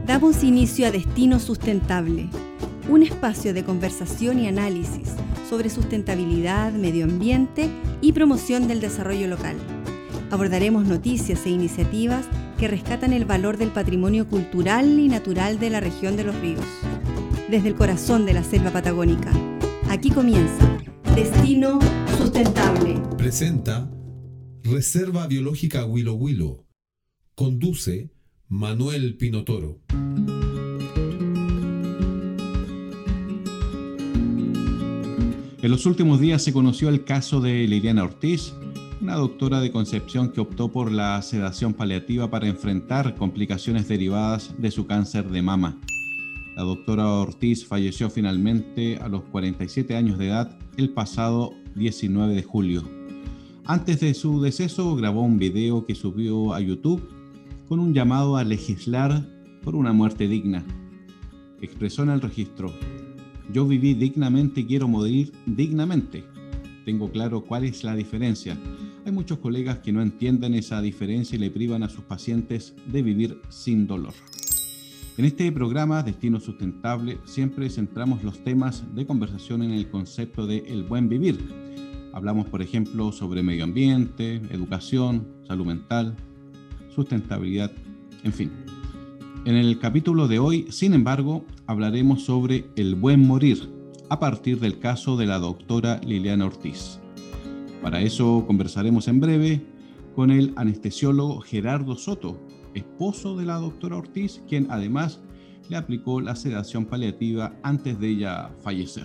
Damos inicio a Destino Sustentable, un espacio de conversación y análisis sobre sustentabilidad, medio ambiente y promoción del desarrollo local. Abordaremos noticias e iniciativas que rescatan el valor del patrimonio cultural y natural de la región de Los Ríos. Desde el corazón de la selva patagónica, aquí comienza Destino Sustentable. Presenta Reserva Biológica Huilo Huilo. Conduce Manuel Pinotoro. En los últimos días se conoció el caso de Liliana Ortiz, una doctora de Concepción que optó por la sedación paliativa para enfrentar complicaciones derivadas de su cáncer de mama. La doctora Ortiz falleció finalmente a los 47 años de edad el pasado 19 de julio. Antes de su deceso grabó un video que subió a YouTube con un llamado a legislar por una muerte digna. Expresó en el registro: "Yo viví dignamente y quiero morir dignamente. Tengo claro cuál es la diferencia. Hay muchos colegas que no entienden esa diferencia y le privan a sus pacientes de vivir sin dolor". En este programa, Destino Sustentable, siempre centramos los temas de conversación en el concepto de el buen vivir. Hablamos, por ejemplo, sobre medio ambiente, educación, salud mental, sustentabilidad, en fin. En el capítulo de hoy, sin embargo, hablaremos sobre el buen morir a partir del caso de la doctora Liliana Ortiz. Para eso conversaremos en breve con el anestesiólogo Gerardo Soto, esposo de la doctora Ortiz, quien además le aplicó la sedación paliativa antes de ella fallecer.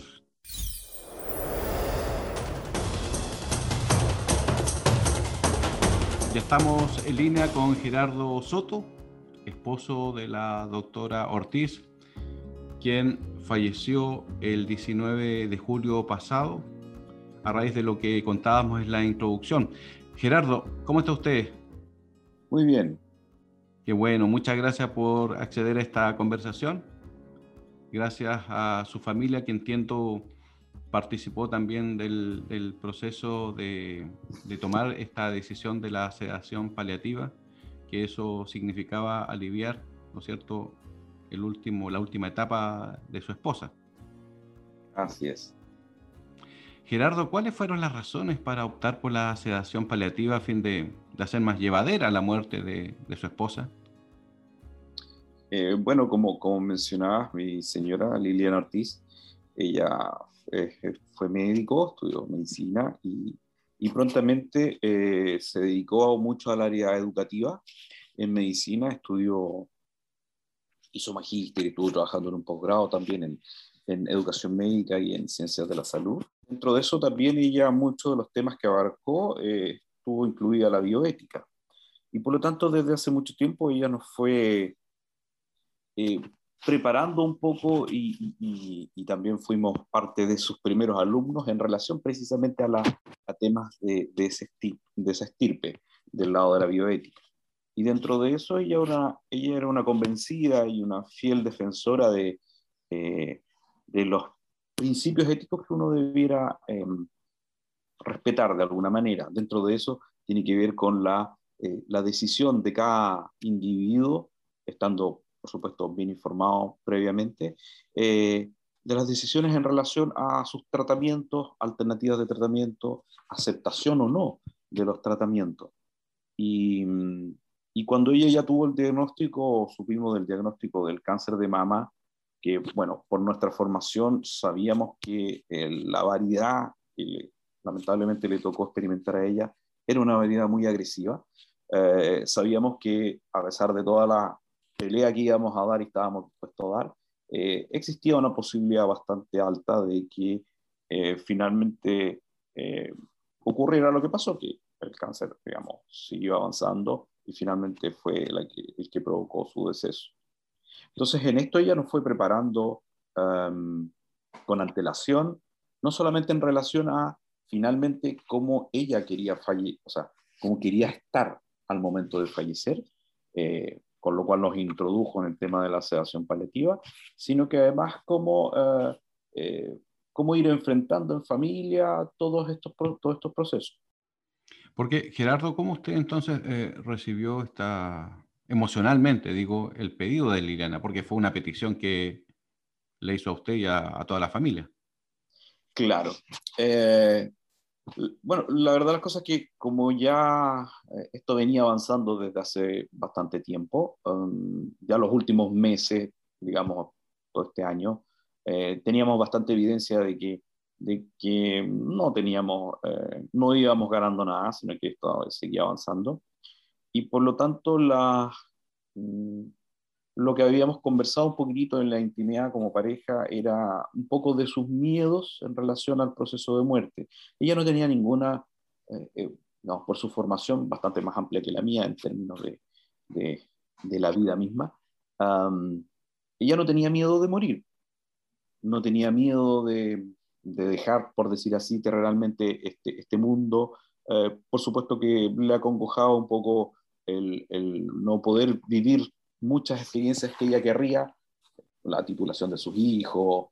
Ya estamos en línea con Gerardo Soto, esposo de la doctora Ortiz, quien falleció el 19 de julio pasado, a raíz de lo que contábamos en la introducción. Gerardo, ¿cómo está usted? Muy bien. Qué bueno, muchas gracias por acceder a esta conversación. Gracias a su familia, que entiendo participó también del proceso de tomar esta decisión de la sedación paliativa, que eso significaba aliviar, ¿no es cierto?, la última etapa de su esposa. Así es. Gerardo, ¿cuáles fueron las razones para optar por la sedación paliativa a fin de hacer más llevadera la muerte de su esposa? Bueno, como mencionabas, mi señora Liliana Ortiz, ella fue médico, estudió medicina y prontamente se dedicó mucho al área educativa. En medicina hizo magíster y estuvo trabajando en un posgrado también en educación médica y en ciencias de la salud. Dentro de eso también ella, muchos de los temas que abarcó, estuvo incluida la bioética. Y por lo tanto, desde hace mucho tiempo ella nos fue preparando un poco y también fuimos parte de sus primeros alumnos en relación precisamente a temas de esa estirpe del lado de la bioética. Y dentro de eso ella era una convencida y una fiel defensora de los principios éticos que uno debiera respetar de alguna manera. Dentro de eso tiene que ver con la decisión de cada individuo, estando por supuesto bien informado previamente, de las decisiones en relación a sus tratamientos, alternativas de tratamiento, aceptación o no de los tratamientos. Y cuando ella ya tuvo el diagnóstico, supimos del diagnóstico del cáncer de mama, que bueno, por nuestra formación sabíamos que la variedad que lamentablemente le tocó experimentar a ella era una variedad muy agresiva. Sabíamos que a pesar de toda la pelea que íbamos a dar y estábamos dispuestos a dar, existía una posibilidad bastante alta de que finalmente ocurriera lo que pasó, que el cáncer, digamos, siguió avanzando y finalmente fue el que provocó su deceso. Entonces, en esto ella nos fue preparando con antelación, no solamente en relación a finalmente cómo ella quería fallecer, o sea, cómo quería estar al momento de fallecer, con lo cual nos introdujo en el tema de la sedación paliativa, sino que además cómo ir enfrentando en familia todos estos procesos. Porque, Gerardo, ¿cómo usted entonces recibió esta emocionalmente, digo, el pedido de Liliana, porque fue una petición que le hizo a usted y a toda la familia. Claro. Bueno, la verdad las cosas es que como ya esto venía avanzando desde hace bastante tiempo, ya los últimos meses, digamos, todo este año, teníamos bastante evidencia de que no teníamos, no íbamos ganando nada, sino que esto seguía avanzando. Y por lo tanto, mm, lo que habíamos conversado un poquitito en la intimidad como pareja era un poco de sus miedos en relación al proceso de muerte. Ella no tenía ninguna, no, por su formación bastante más amplia que la mía en términos de, de la vida misma, um, ella no tenía miedo de morir, no tenía miedo de dejar, por decir así, terrenalmente este mundo. Por supuesto que le acongojaba un poco el no poder vivir muchas experiencias que ella querría, la titulación de sus hijos,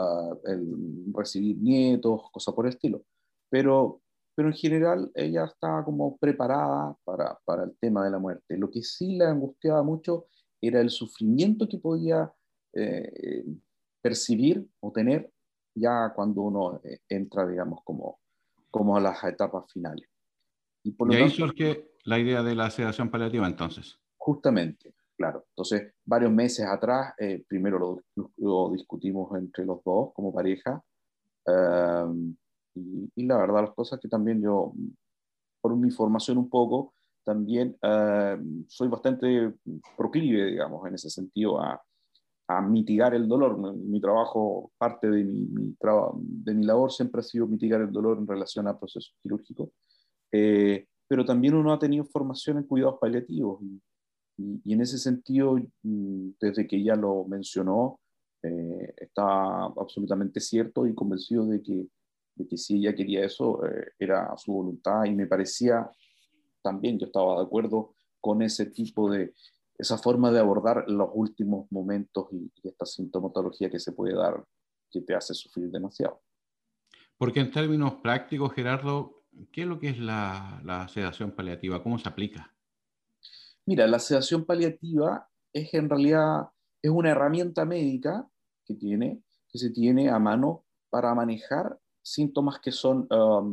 el recibir nietos, cosas por el estilo. Pero, pero en general ella estaba como preparada para el tema de la muerte. Lo que sí la angustiaba mucho era el sufrimiento que podía eh, percibir o tener ya cuando uno entra, digamos, como a las etapas finales. Y por Y lo ahí tanto, surge la idea de la sedación paliativa entonces. justamente, claro. Entonces, varios meses atrás, primero lo discutimos entre los dos como pareja. eh, y la verdad, las cosas que también yo, por mi formación un poco, también soy bastante proclive, digamos, en ese sentido, a mitigar el dolor. Mi trabajo, parte de mi labor siempre ha sido mitigar el dolor en relación a procesos quirúrgicos. Pero también uno ha tenido formación en cuidados paliativos y en ese sentido, desde que ella lo mencionó, estaba absolutamente cierto y convencido de que si ella quería eso, era su voluntad y me parecía también, yo estaba de acuerdo con ese tipo esa forma de abordar los últimos momentos y esta sintomatología que se puede dar, que te hace sufrir demasiado. Porque en términos prácticos, Gerardo, ¿qué es lo que es la sedación paliativa? ¿Cómo se aplica? Mira, la sedación paliativa es en realidad es una herramienta médica que se tiene a mano para manejar síntomas que son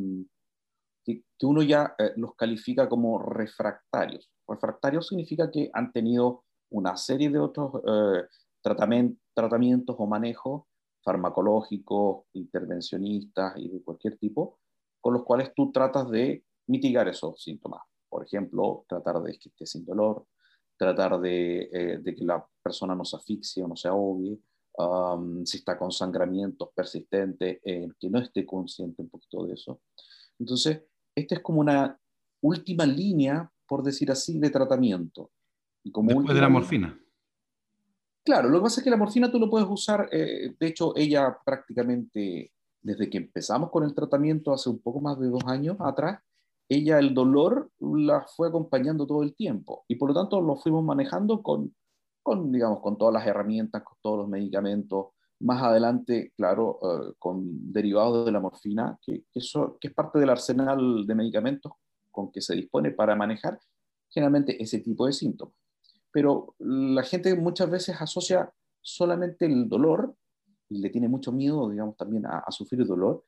que uno ya los califica como refractarios. Refractarios significa que han tenido una serie de otros tratamientos o manejos farmacológicos, intervencionistas y de cualquier tipo, con los cuales tú tratas de mitigar esos síntomas. Por ejemplo, tratar de que esté sin dolor, tratar de que la persona no se asfixie o no se ahogue, si está con sangramientos persistentes, que no esté consciente un poquito de eso. Entonces, esta es como una última línea, por decir así, de tratamiento. Y como Después de la última línea, morfina. claro, lo que pasa es que la morfina tú lo puedes usar, de hecho, ella prácticamente, desde que empezamos con el tratamiento hace un poco más de 2 años atrás, ella el dolor la fue acompañando todo el tiempo y por lo tanto lo fuimos manejando digamos, con todas las herramientas, con todos los medicamentos. Más adelante, claro, con derivados de la morfina, que es parte del arsenal de medicamentos con que se dispone para manejar generalmente ese tipo de síntomas. Pero la gente muchas veces asocia solamente el dolor y le tiene mucho miedo, digamos, también a sufrir dolor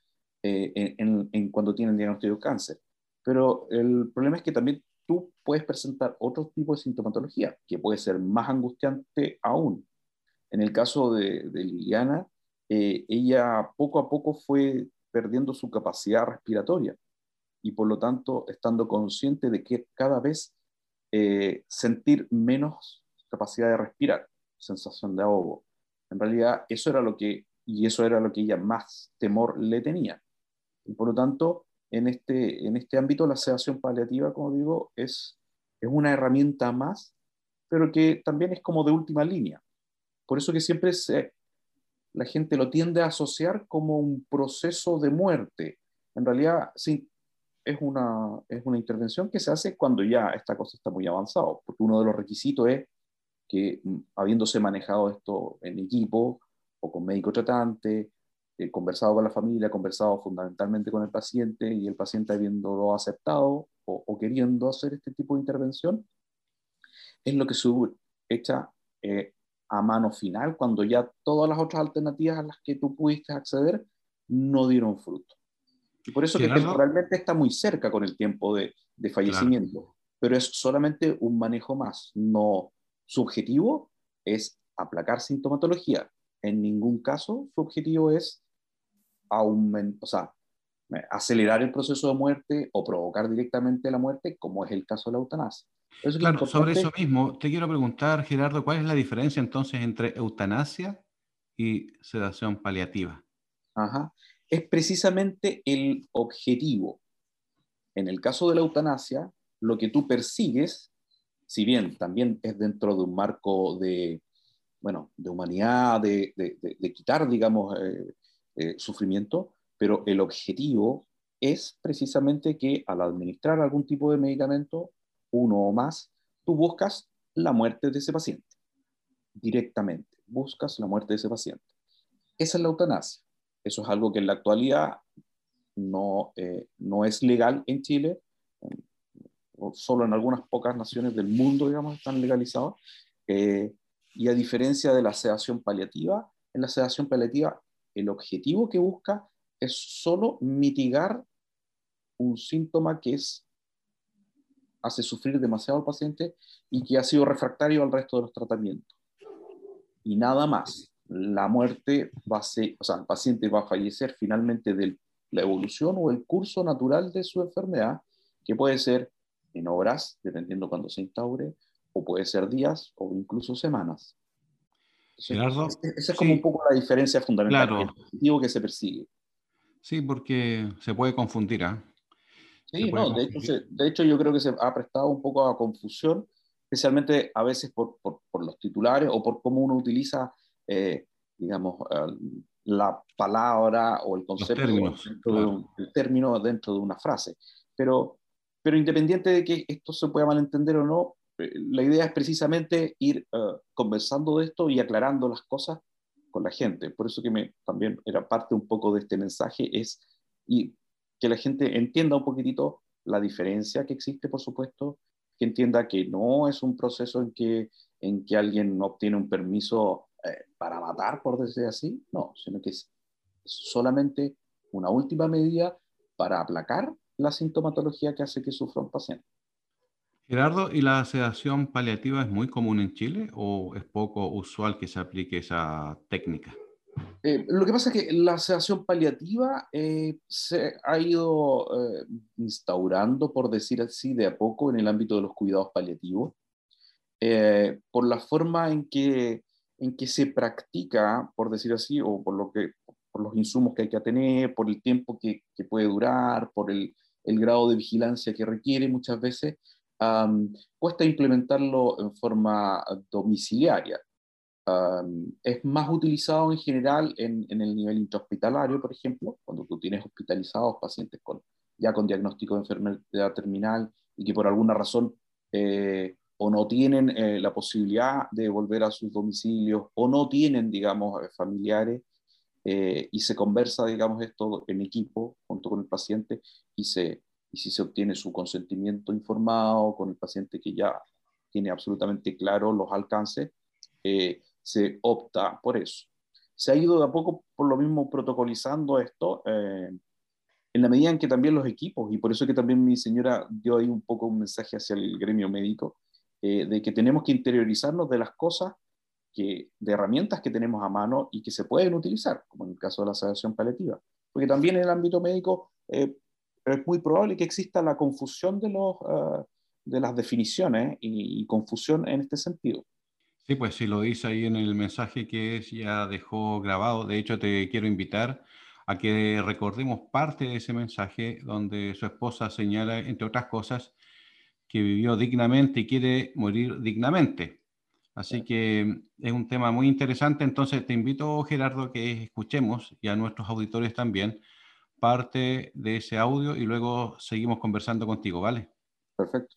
en cuando tienen diagnóstico de cáncer. Pero el problema es que también tú puedes presentar otro tipo de sintomatología que puede ser más angustiante aún. En el caso de Liliana, ella poco a poco fue perdiendo su capacidad respiratoria y por lo tanto estando consciente de que cada vez sentir menos capacidad de respirar, sensación de ahogo. En realidad eso era lo que ella más temor le tenía. Y por lo tanto, en este ámbito la sedación paliativa, como digo, es una herramienta más, pero que también es como de última línea. Por eso que siempre la gente lo tiende a asociar como un proceso de muerte. En realidad, sí, es una intervención que se hace cuando ya esta cosa está muy avanzada, porque uno de los requisitos es que habiéndose manejado esto en equipo o con médico tratante, conversado con la familia, conversado fundamentalmente con el paciente y el paciente habiéndolo aceptado o queriendo hacer este tipo de intervención, es lo que se echa a mano final cuando ya todas las otras alternativas a las que tú pudiste acceder no dieron fruto. Y por eso que Gerardo, temporalmente está muy cerca con el tiempo de fallecimiento, claro. pero es solamente un manejo más. No, su objetivo es aplacar sintomatología. En ningún caso su objetivo es acelerar el proceso de muerte o provocar directamente la muerte, como es el caso de la eutanasia. Por eso es Claro, sobre eso importante. mismo, te quiero preguntar, Gerardo, ¿cuál es la diferencia entonces entre eutanasia y sedación paliativa? Ajá, es precisamente el objetivo. En el caso de la eutanasia, lo que tú persigues, si bien también es dentro de un marco de, bueno, de humanidad, de quitar, digamos, sufrimiento, pero el objetivo es precisamente que al administrar algún tipo de medicamento, uno o más, tú buscas la muerte de ese paciente, directamente, buscas la muerte de ese paciente. Esa es la eutanasia. Eso es algo que en la actualidad no es legal en Chile, solo en algunas pocas naciones del mundo, digamos, están legalizados. Y a diferencia de la sedación paliativa, en la sedación paliativa el objetivo que busca es solo mitigar un síntoma que hace sufrir demasiado al paciente y que ha sido refractario al resto de los tratamientos. Y nada más. La muerte el paciente va a fallecer finalmente de la evolución o el curso natural de su enfermedad, que puede ser en horas, dependiendo cuando se instaure, o puede ser días o incluso semanas. Gerardo, Esa es como un sí, poco la diferencia fundamental, el claro, objetivo que se persigue. sí, porque se puede confundir, ¿ah? Se Sí, puede no, confundir. de hecho yo creo que se ha prestado un poco a confusión, especialmente a veces por los titulares o por cómo uno utiliza, eh, digamos, la palabra o el Los concepto términos, dentro de claro. el término dentro de una frase. Pero independiente de que esto se pueda malentender o no, la idea es precisamente ir conversando de esto y aclarando las cosas con la gente. Por eso que también era parte un poco de este mensaje, y que la gente entienda un poquitito la diferencia que existe, por supuesto, que entienda que no es un proceso en que alguien obtiene un permiso para matar, por decir así, no, sino que es solamente una última medida para aplacar la sintomatología que hace que sufra un paciente. Gerardo, ¿y la sedación paliativa es muy común en Chile o es poco usual que se aplique esa técnica? Lo que pasa es que la sedación paliativa se ha ido instaurando, por decir así, de a poco en el ámbito de los cuidados paliativos, por la forma en que se practica, por decir así, o por los insumos que hay que tener, por el tiempo que puede durar, por el grado de vigilancia que requiere muchas veces, cuesta implementarlo en forma domiciliaria. Es más utilizado en general en el nivel intrahospitalario, por ejemplo, cuando tú tienes hospitalizados pacientes ya con diagnóstico de enfermedad terminal y que por alguna razón o no tienen la posibilidad de volver a sus domicilios o no tienen, digamos, familiares, y se conversa, digamos, esto en equipo junto con el paciente y si se obtiene su consentimiento informado con el paciente que ya tiene absolutamente claro los alcances, se opta por eso. Se ha ido de a poco, por lo mismo, protocolizando esto, en la medida en que también los equipos, y por eso que también mi señora dio ahí un poco un mensaje hacia el gremio médico, de que tenemos que interiorizarnos de las cosas, de herramientas que tenemos a mano y que se pueden utilizar, como en el caso de la sedación paliativa. Porque también en el ámbito médico es muy probable que exista la confusión de las definiciones y confusión en este sentido. Sí, pues sí lo dice ahí en el mensaje que ya dejó grabado. De hecho, te quiero invitar a que recordemos parte de ese mensaje donde su esposa señala, entre otras cosas, que vivió dignamente y quiere morir dignamente. Así que es un tema muy interesante. Entonces te invito, Gerardo, a que escuchemos, y a nuestros auditores también, parte de ese audio y luego seguimos conversando contigo, ¿vale? Perfecto.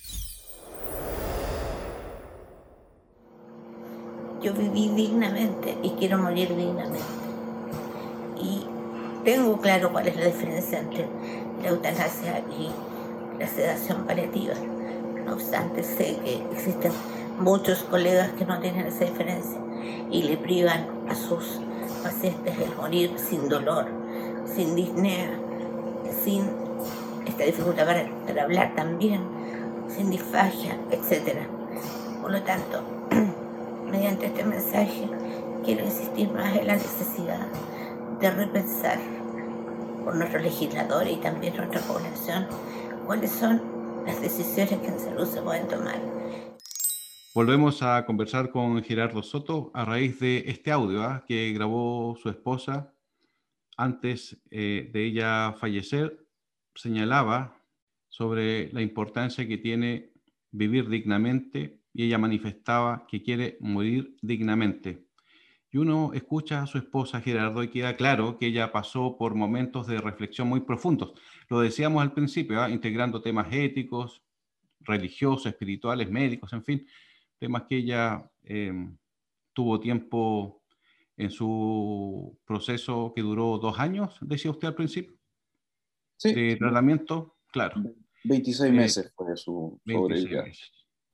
Yo viví dignamente y quiero morir dignamente. Y tengo claro cuál es la diferencia entre la eutanasia y la sedación paliativa. No obstante, sé que existen muchos colegas que no tienen esa diferencia y le privan a sus pacientes el morir sin dolor, sin disnea, sin esta dificultad para hablar también, sin disfagia, etc. Por lo tanto, mediante este mensaje quiero insistir más en la necesidad de repensar por nuestros legisladores y también nuestra población cuáles son las decisiones que en salud se pueden tomar. Volvemos a conversar con Gerardo Soto a raíz de este audio que grabó su esposa antes de ella fallecer. Señalaba sobre la importancia que tiene vivir dignamente y ella manifestaba que quiere morir dignamente. Y uno escucha a su esposa Gerardo y queda claro que ella pasó por momentos de reflexión muy profundos. Lo decíamos al principio, integrando temas éticos, religiosos, espirituales, médicos, en fin, temas que ella tuvo tiempo en su proceso que duró 2 años, decía usted al principio, Sí, de tratamiento, claro. 26 meses fue su 26 sobrevida. meses.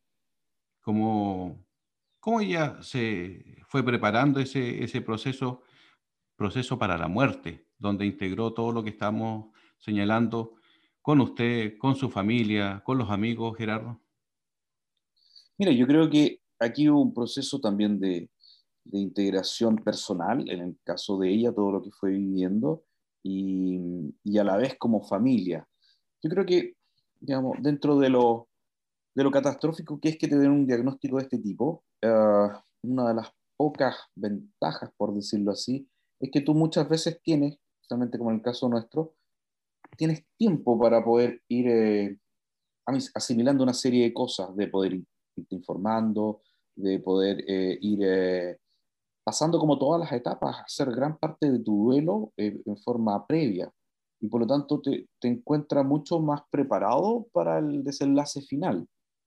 ¿Cómo ella se fue preparando ese proceso para la muerte, donde integró todo lo que estamos señalando con usted, con su familia, con los amigos, Gerardo? Mira, yo creo que aquí hubo un proceso también de integración personal, en el caso de ella, todo lo que fue viviendo, y a la vez como familia. Yo creo que, digamos, dentro de lo catastrófico que es que te den un diagnóstico de este tipo, una de las pocas ventajas, por decirlo así, es que tú muchas veces tienes, justamente como en el caso nuestro, tienes tiempo para poder ir asimilando una serie de cosas, de poder irte informando, de poder ir pasando como todas las etapas, hacer gran parte de tu duelo en forma previa. Y por lo tanto te encuentras mucho más preparado para el desenlace final.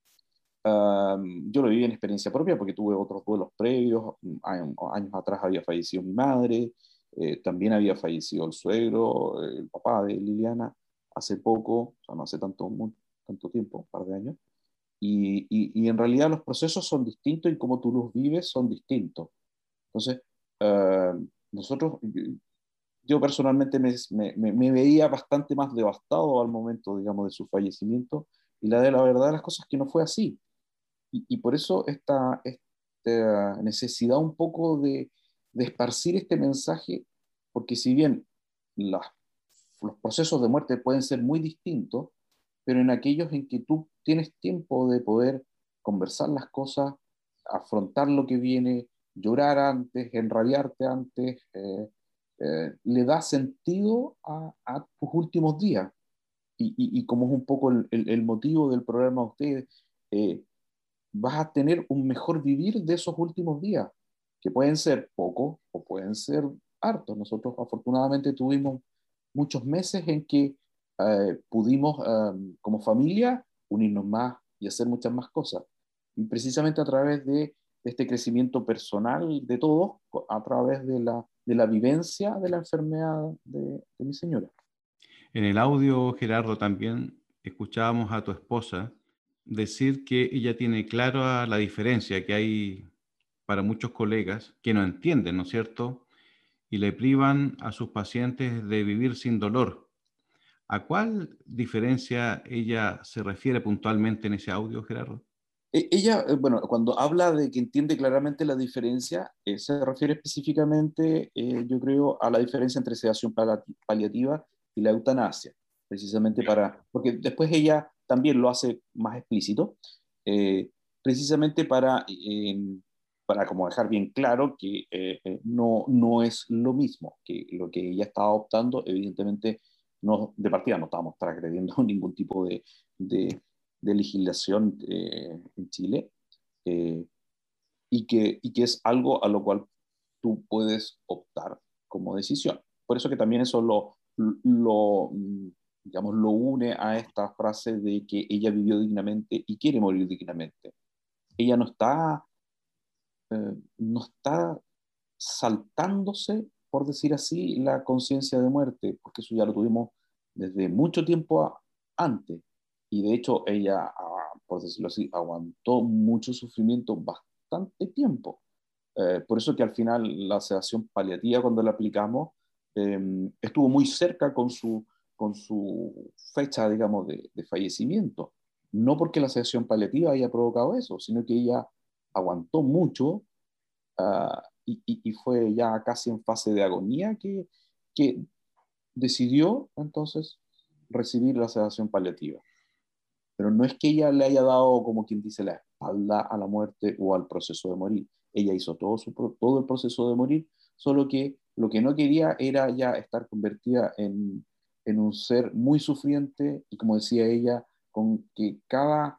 Yo lo viví en experiencia propia porque tuve otros duelos previos. Años atrás había fallecido mi madre, también había fallecido el suegro, el papá de Liliana, hace poco, o sea, no hace tanto tiempo, un par de años. Y en realidad los procesos son distintos y como tú los vives son distintos. Entonces, nosotros, yo personalmente me veía bastante más devastado al momento, digamos, de su fallecimiento, y la verdad de las cosas es que no fue así. Y por eso esta necesidad un poco de esparcir este mensaje, porque si bien los procesos de muerte pueden ser muy distintos, pero en aquellos en que tú tienes tiempo de poder conversar las cosas, afrontar lo que viene, llorar antes, enrabiarte antes, le da sentido a tus últimos días. Y como es un poco el motivo del programa de ustedes, eh, vas a tener un mejor vivir de esos últimos días, que pueden ser pocos o pueden ser hartos. Nosotros afortunadamente tuvimos muchos meses en que pudimos como familia unirnos más y hacer muchas más cosas. Y precisamente a través de este crecimiento personal de todos, a través de la vivencia de la enfermedad de mi señora. En el audio, Gerardo, también escuchábamos a tu esposa decir que ella tiene clara la diferencia que hay para muchos colegas que no entienden, ¿no es cierto? Y le privan a sus pacientes de vivir sin dolor. ¿A cuál diferencia ella se refiere puntualmente en ese audio, Gerardo? Ella, bueno, cuando habla de que entiende claramente la diferencia, se refiere específicamente, yo creo, a la diferencia entre sedación paliativa y la eutanasia, precisamente porque después ella también lo hace más explícito, precisamente para como dejar bien claro que no es lo mismo, que lo que ella estaba optando, evidentemente, no, de partida no estábamos transgrediendo ningún tipo de legislación en Chile, eh, y que es algo a lo cual tú puedes optar como decisión. Por eso que también eso digamos, lo une a esta frase de que ella vivió dignamente y quiere morir dignamente. Ella no está saltándose, por decir así, la conciencia de muerte, porque eso ya lo tuvimos desde mucho tiempo antes. Y de hecho ella por decirlo así, aguantó mucho sufrimiento bastante tiempo. Por eso que al final la sedación paliativa, cuando la aplicamos, estuvo muy cerca con su fecha, digamos, de fallecimiento. No porque la sedación paliativa haya provocado eso, sino que ella aguantó mucho y fue ya casi en fase de agonía que decidió entonces recibir la sedación paliativa. Pero no es que ella le haya dado, como quien dice, la espalda a la muerte o al proceso de morir. Ella hizo todo el proceso de morir, solo que lo que no quería era ya estar convertida en un ser muy sufriente y, como decía ella, con que cada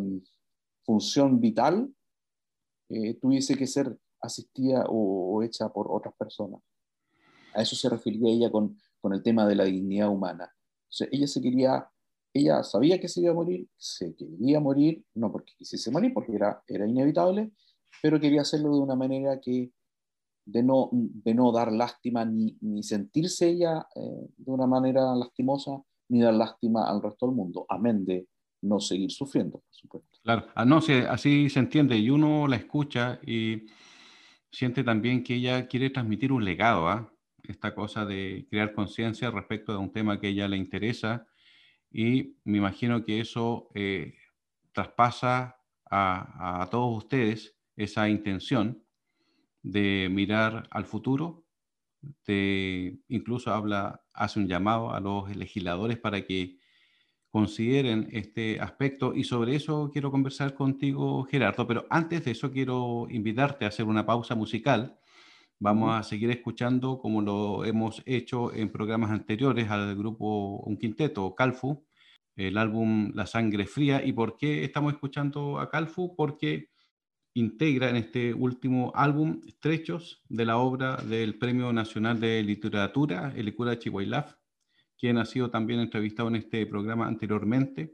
función vital tuviese que ser asistida o hecha por otras personas. A eso se refería ella con el tema de la dignidad humana. O sea, ella sabía que se iba a morir, se quería morir, no porque quisiese morir, porque era inevitable, pero quería hacerlo de una manera que de no dar lástima ni sentirse ella de una manera lastimosa, ni dar lástima al resto del mundo, amén de no seguir sufriendo, por supuesto. Claro, no, así se entiende, y uno la escucha y siente también que ella quiere transmitir un legado, ¿ah? Esta cosa de crear conciencia respecto de un tema que a ella le interesa, y me imagino que eso traspasa a todos ustedes esa intención de mirar al futuro, incluso hace un llamado a los legisladores para que consideren este aspecto, y sobre eso quiero conversar contigo, Gerardo, pero antes de eso quiero invitarte a hacer una pausa musical. Vamos a seguir escuchando, como lo hemos hecho en programas anteriores, al grupo Un Quinteto, Calfu, el álbum La Sangre Fría. ¿Y por qué estamos escuchando a Calfu? Porque integra en este último álbum trechos de la obra del Premio Nacional de Literatura, Elikura Chihuailaf, quien ha sido también entrevistado en este programa anteriormente.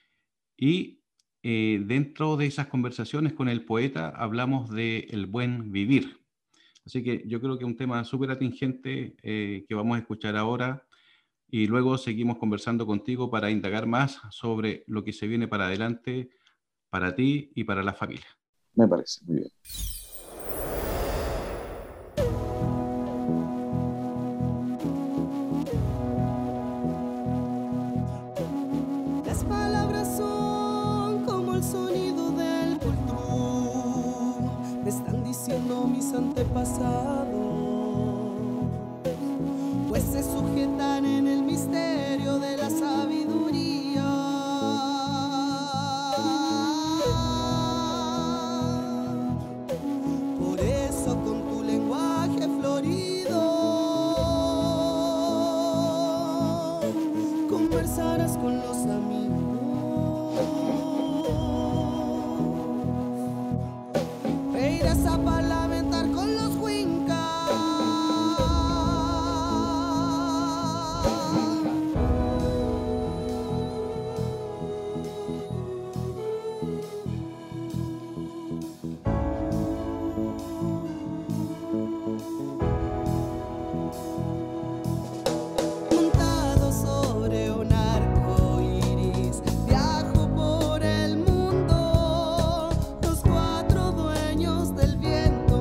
Y dentro de esas conversaciones con el poeta hablamos de el buen vivir. Así que yo creo que es un tema súper atingente que vamos a escuchar ahora, y luego seguimos conversando contigo para indagar más sobre lo que se viene para adelante para ti y para la familia. Me parece muy bien. Las palabras son como el sonido del cultrú, me están diciendo mis antepasados, pues se sujetan en el misterio de la sabiduría. Por eso con tu lenguaje florido conversarás con los amigos, e irás a parlamentar con los huincas. Montado sobre un arco iris, viajo por el mundo. Los cuatro dueños del viento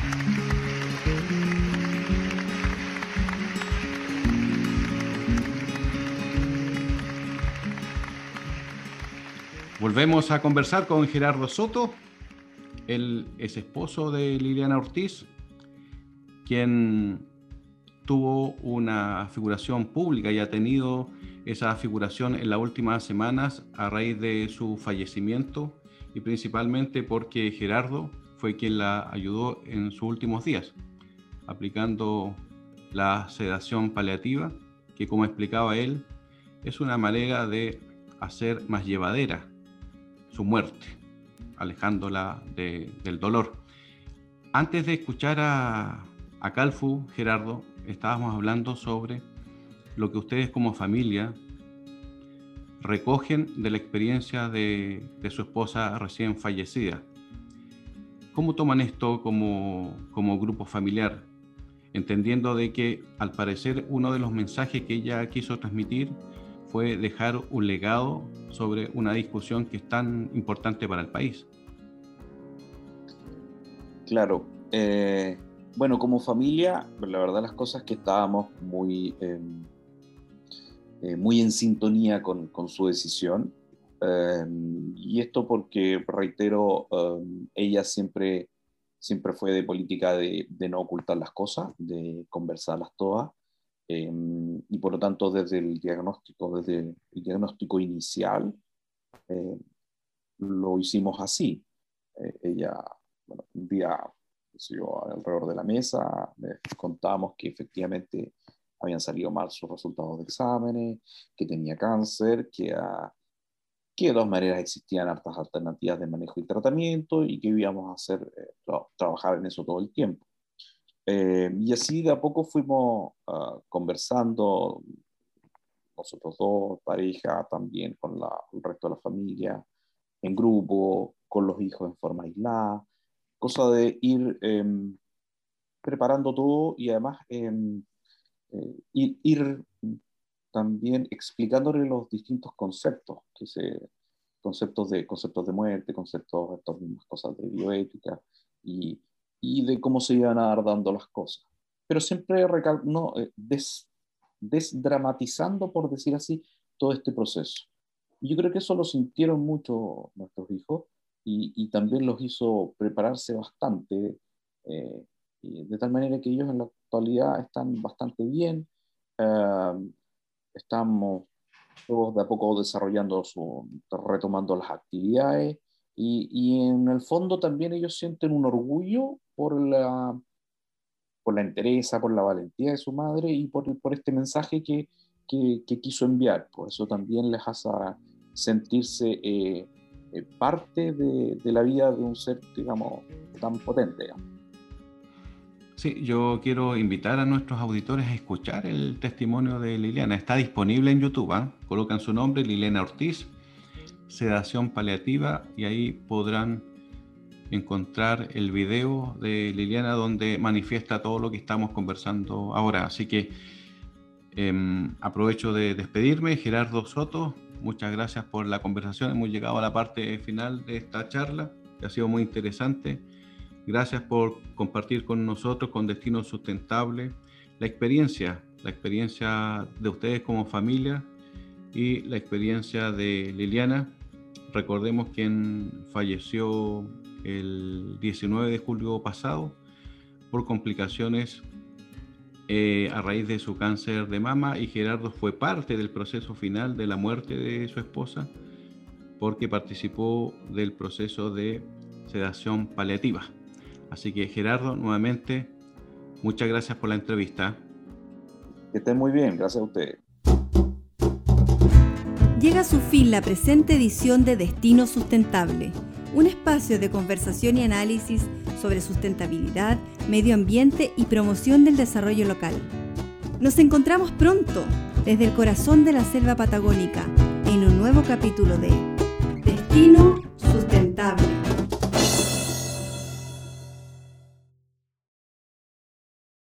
Volvemos a conversar con Gerardo Soto. Él es esposo de Liliana Ortiz, quien tuvo una figuración pública y ha tenido esa figuración en las últimas semanas a raíz de su fallecimiento, y principalmente porque Gerardo fue quien la ayudó en sus últimos días, aplicando la sedación paliativa, que, como explicaba él, es una manera de hacer más llevadera su muerte, alejándola del dolor. Antes de escuchar a Calfu, Gerardo, estábamos hablando sobre lo que ustedes como familia recogen de la experiencia de su esposa recién fallecida. ¿Cómo toman esto como grupo familiar? Entendiendo de que, al parecer, uno de los mensajes que ella quiso transmitir fue dejar un legado sobre una discusión que es tan importante para el país. Claro. Bueno, como familia, la verdad las cosas que estábamos muy en sintonía con su decisión. Y esto porque, reitero, ella siempre fue de política de no ocultar las cosas, de conversarlas todas. Y por lo tanto, desde el diagnóstico inicial, lo hicimos así. Ella, bueno, un día, alrededor de la mesa, contábamos que efectivamente habían salido mal sus resultados de exámenes, que tenía cáncer, que de todas maneras existían hartas alternativas de manejo y tratamiento, y que íbamos a hacer, trabajar en eso todo el tiempo. Y así de a poco fuimos conversando, nosotros dos, pareja, también con el resto de la familia, en grupo, con los hijos en forma aislada, cosa de ir preparando todo, y además ir también explicándole los distintos conceptos, conceptos de muerte, estas mismas cosas de bioética, y de cómo se iban a dar dando las cosas. Pero siempre desdramatizando, por decir así, todo este proceso. Y yo creo que eso lo sintieron mucho nuestros hijos, y también los hizo prepararse bastante, y de tal manera que ellos en la actualidad están bastante bien. Estamos todos de a poco retomando las actividades, y en el fondo también ellos sienten un orgullo por la entereza, por la valentía de su madre, y por este mensaje que quiso enviar. Por eso también les hace sentirse parte de la vida de un ser, digamos, tan potente, digamos. Sí, yo quiero invitar a nuestros auditores a escuchar el testimonio de Liliana. Está disponible en YouTube, ¿eh? Colocan su nombre, Liliana Ortiz, sedación paliativa, y ahí podrán encontrar el video de Liliana donde manifiesta todo lo que estamos conversando ahora. Así que aprovecho de despedirme. Gerardo Soto, muchas gracias por la conversación. Hemos llegado a la parte final de esta charla, que ha sido muy interesante. Gracias por compartir con nosotros, con Destino Sustentable, la experiencia de ustedes como familia y la experiencia de Liliana. Recordemos quien falleció el 19 de julio pasado por complicaciones a raíz de su cáncer de mama, y Gerardo fue parte del proceso final de la muerte de su esposa porque participó del proceso de sedación paliativa. Así que, Gerardo, nuevamente, muchas gracias por la entrevista. Que estén muy bien, gracias a ustedes. Llega a su fin la presente edición de Destino Sustentable, un espacio de conversación y análisis sobre sustentabilidad, medio ambiente y promoción del desarrollo local. Nos encontramos pronto, desde el corazón de la selva patagónica, en un nuevo capítulo de Destino Sustentable.